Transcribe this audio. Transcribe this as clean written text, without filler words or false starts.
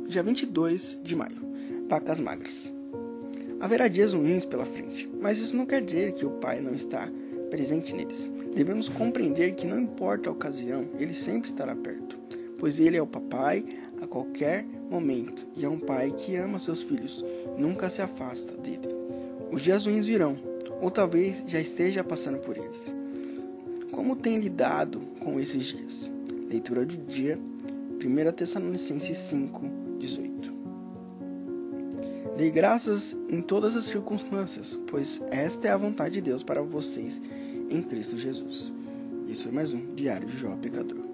dia 22 de maio. Vacas magras. Haverá dias ruins pela frente, mas isso não quer dizer que o Pai não está presente neles. Devemos compreender que não importa a ocasião, Ele sempre estará perto, pois Ele é o papai a qualquer momento e é um pai que ama seus filhos, nunca se afasta dele. Os dias ruins virão, ou talvez já esteja passando por eles. Como tem lidado com esses dias? Leitura do dia, 1 Tessalonicenses 5:18. Dê graças em todas as circunstâncias, pois esta é a vontade de Deus para vocês em Cristo Jesus. Isso foi mais um Diário de Jó Pecador.